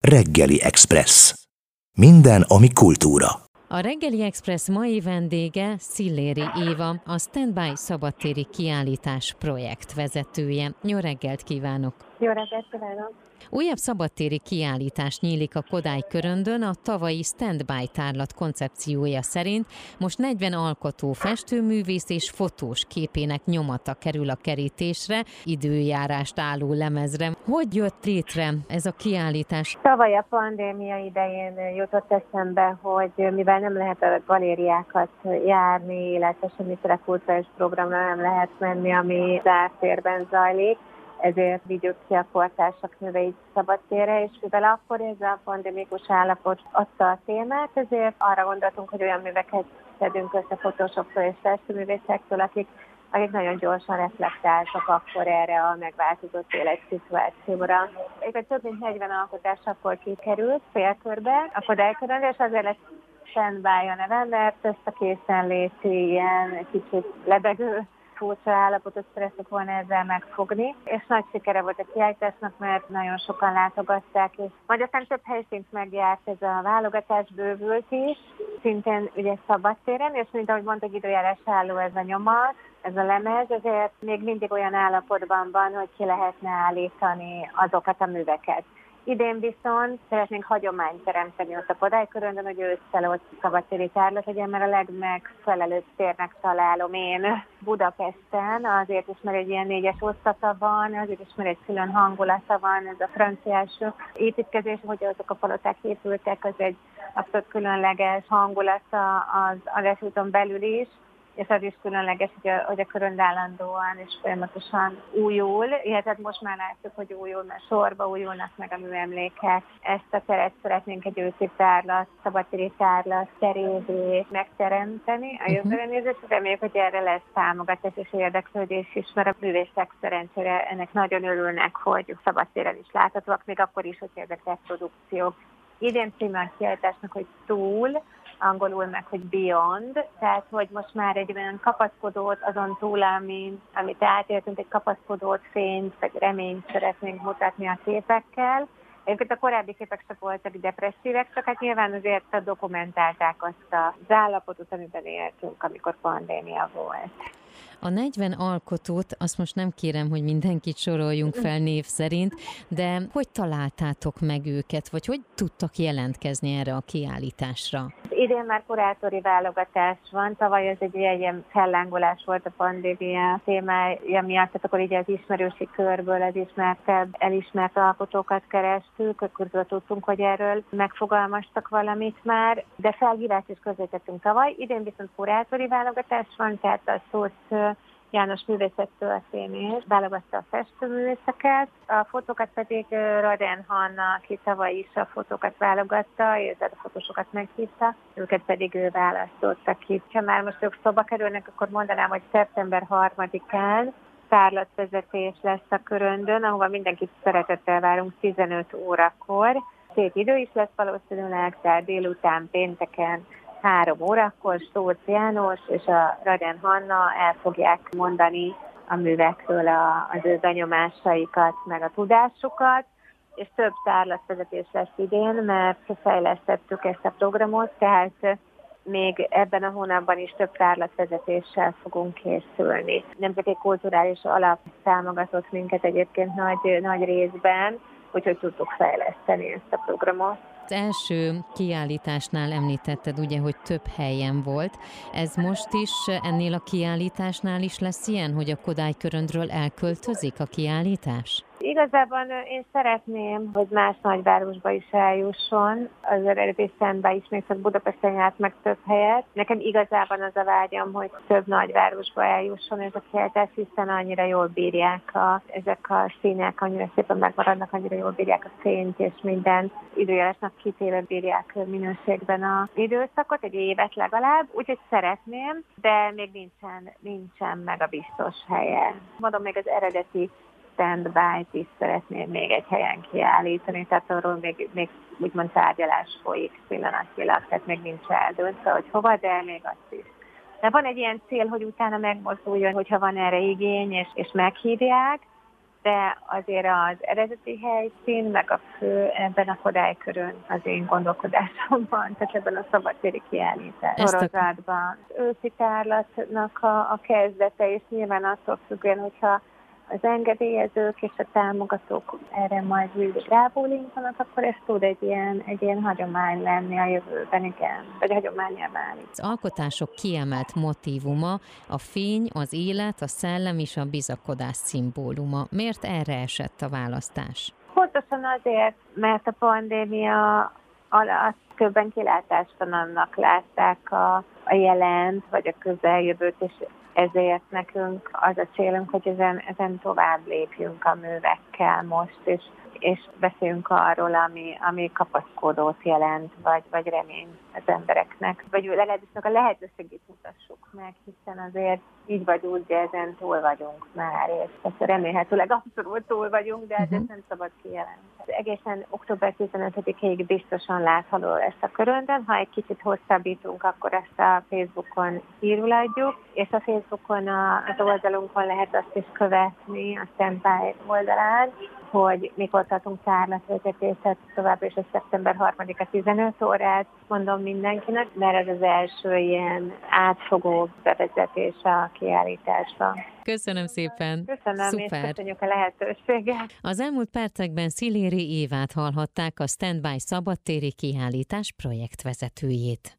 Reggeli Express. Minden, ami kultúra. A Reggeli Express mai vendége Sziléry Éva, a Standby szabadtéri kiállítás projektvezetője. Jó reggelt kívánok! Jó reggelt kívánok! Újabb szabadtéri kiállítás nyílik a Kodály Köröndön a tavalyi Standby tárlat koncepciója szerint. Most 40 alkotó, festőművész és fotós képének nyomata kerül a kerítésre, időjárást álló lemezre. Hogy jött létre ez a kiállítás? Tavaly a pandémia idején jutott eszembe, hogy mivel nem lehet a galériákat járni, illetve semmiféle kulturális programra nem lehet menni, ami zárt térben zajlik, ezért vigyük ki a kortársak műveit szabadtérre, és mivel akkor ez a pandémikus állapot adta a témát, ezért arra gondoltunk, hogy olyan műveket szedünk össze fotósoktól és festőművészektől, akik nagyon gyorsan reflektáltak akkor erre a megváltozott életszituációra. Éppen több mint 40 alkotás akkor kikerült félkörbe a Kodály Köröndön, és azért lett Standby a neve, mert ezt a készenléti ilyen kicsit lebegő furcsa állapotot szeretnék volna ezzel megfogni, és nagy sikere volt a kiállításnak, mert nagyon sokan látogatták, és majd aztán több helyszínt megjárt ez a válogatás, bővült is, szintén ugye szabadtéren, és mint ahogy mondtak, időjárás álló ez a nyomat, ez a lemez, ezért még mindig olyan állapotban van, hogy ki lehetne állítani azokat a műveket. Idén viszont szeretnénk hagyományt teremteni ott a Kodály Köröndön, hogy ősszel ott szabadtéri tárlat legyen, mert a legmegfelelőbb térnek találom én Budapesten, azért is, mert egy ilyen 4-es osztata van, azért is, mert egy külön hangulata van, ez a franciás építkezés, hogy azok a paloták épültek, az egy abszolút különleges hangulata az esúton belül is, és az is különleges, hogy a Körönd állandóan és folyamatosan újul, illetve most már látjuk, hogy újul, mert sorba újulnak meg a műemlékek. Ezt a teret szeretnénk egy őszi tárlat, szabadtéri tárlat terévé megteremteni a jövőre nézésre. Reméljük, hogy erre lesz támogatás és érdeklődés is, mert a művészek szerencsére ennek nagyon örülnek, hogy szabadtéren is láthatóak, még akkor is, hogy ezek lesz produkciók. Idén címe a kiállításnak, hogy túl, angolul meg, hogy beyond, tehát hogy most már egy olyan kapaszkodót azon túl, amit átéltünk, egy kapaszkodót, fényt, vagy reményt szeretnénk mutatni a képekkel. Egyébként a korábbi képek sem voltak depresszívek, csak hát nyilván azért dokumentálták azt az állapotot, amiben éltünk, amikor pandémia volt. A 40 alkotót, azt most nem kérem, hogy mindenkit soroljunk fel név szerint, de hogy találtátok meg őket, vagy hogy tudtak jelentkezni erre a kiállításra? Idén már kurátori válogatás van, tavaly ez egy ilyen fellángolás volt a pandémia témája miatt, tehát akkor így az ismerősi körből az elismert alkotókat kerestük, akkor tudtunk, hogy erről megfogalmaztak valamit már, de felhívást is közzétettünk tavaly. Idén viszont kurátori válogatás van, tehát a Szósz János művészettörténész válogatta a festőművészeket, a fotókat pedig Raden Hanna, aki tavaly is a fotókat válogatta, illetve a fotósokat meghívta, őket pedig ő választotta ki. Ha már most ők szóba kerülnek, akkor mondanám, hogy szeptember 3-án tárlatvezetés lesz a Köröndön, ahova mindenkit szeretettel várunk 15 órakor. Szép idő is lesz valószínűleg, tehát délután pénteken 3 órakor Szósz János és a Raden Hanna el fogják mondani a művekről az ő benyomásaikat, meg a tudásukat, és több tárlatvezetés lesz idén, mert fejlesztettük ezt a programot, tehát még ebben a hónapban is több tárlatvezetéssel fogunk készülni. Nemzeti Kulturális Alap támogatott minket egyébként nagy részben, úgyhogy tudtuk fejleszteni ezt a programot. Az első kiállításnál említetted ugye, hogy több helyen volt. Ez most is ennél a kiállításnál is lesz ilyen, hogy a Kodály Köröndről elköltözik a kiállítás? Igazából én szeretném, hogy más nagyvárosba is eljusson. Az eredeti Standby is még csak Budapesten járt meg több helyet. Nekem igazában az a vágyam, hogy több nagyvárosba eljusson ez a kiállítás, hiszen annyira jól bírják ezek a színek, annyira szépen megmaradnak, annyira jól bírják a fényt, és minden időjárásnak kitéve bírják minőségben az időszakot, egy évet legalább. Úgyhogy szeretném, de még nincsen meg a biztos helye. Mondom, még az eredeti Standby-t is szeretném még egy helyen kiállítani, tehát arról még úgymond tárgyalás folyik pillanatnyilag, tehát még nincs eldöntve, hogy hova, de még azt is. De van egy ilyen cél, hogy utána megmozduljon, hogyha van erre igény, és meghívják, de azért az eredeti helyszín, meg a fő ebben a Kodálykörön az én gondolkodásomban, tehát ebben a szabadtéri kiállítás sorozatban. Az őszi tárlatnak a kezdete, és nyilván attól függően, hogyha az engedélyezők és a támogatók erre majd mindig rábólintanak, akkor ez tud egy ilyen hagyomány lenni a jövőben, igen, vagy hagyománnyá válik. Az alkotások kiemelt motívuma a fény, az élet, a szellem és a bizakodás szimbóluma. Miért erre esett a választás? Pontosan azért, mert a pandémia alatt többen kilátástalannak látták a jelent, vagy a közeljövőt, és ezért nekünk az a célunk, hogy ezen tovább lépjünk a művekkel most, és beszéljünk arról, ami kapaszkodót jelent, vagy remény az embereknek. Vagy legalábbis a lehetőségét mutassuk meg, hiszen azért így vagy úgy, de ezen túl vagyunk már, és remélhetőleg abszolút túl vagyunk, de ezt nem szabad kijelenteni. Egészen október 15-ig biztosan látható ezt a köröndön. Ha egy kicsit hosszabbítunk, akkor ezt a Facebookon hírul adjuk, és a Facebookon az oldalunkon lehet azt is követni, a Standby oldalán, hogy mikor tartunk tárlatvezetését, továbbra is a szeptember 3-a 15 órát mondom mindenkinek, mert ez az első ilyen átfogó bevezetés a kiállításba. Köszönöm szépen! Köszönöm, Szuper. És köszönjük a lehetőséget! Az elmúlt percekben Sziléry Évát hallhatták, a Standby szabadtéri kiállítás projektvezetőjét.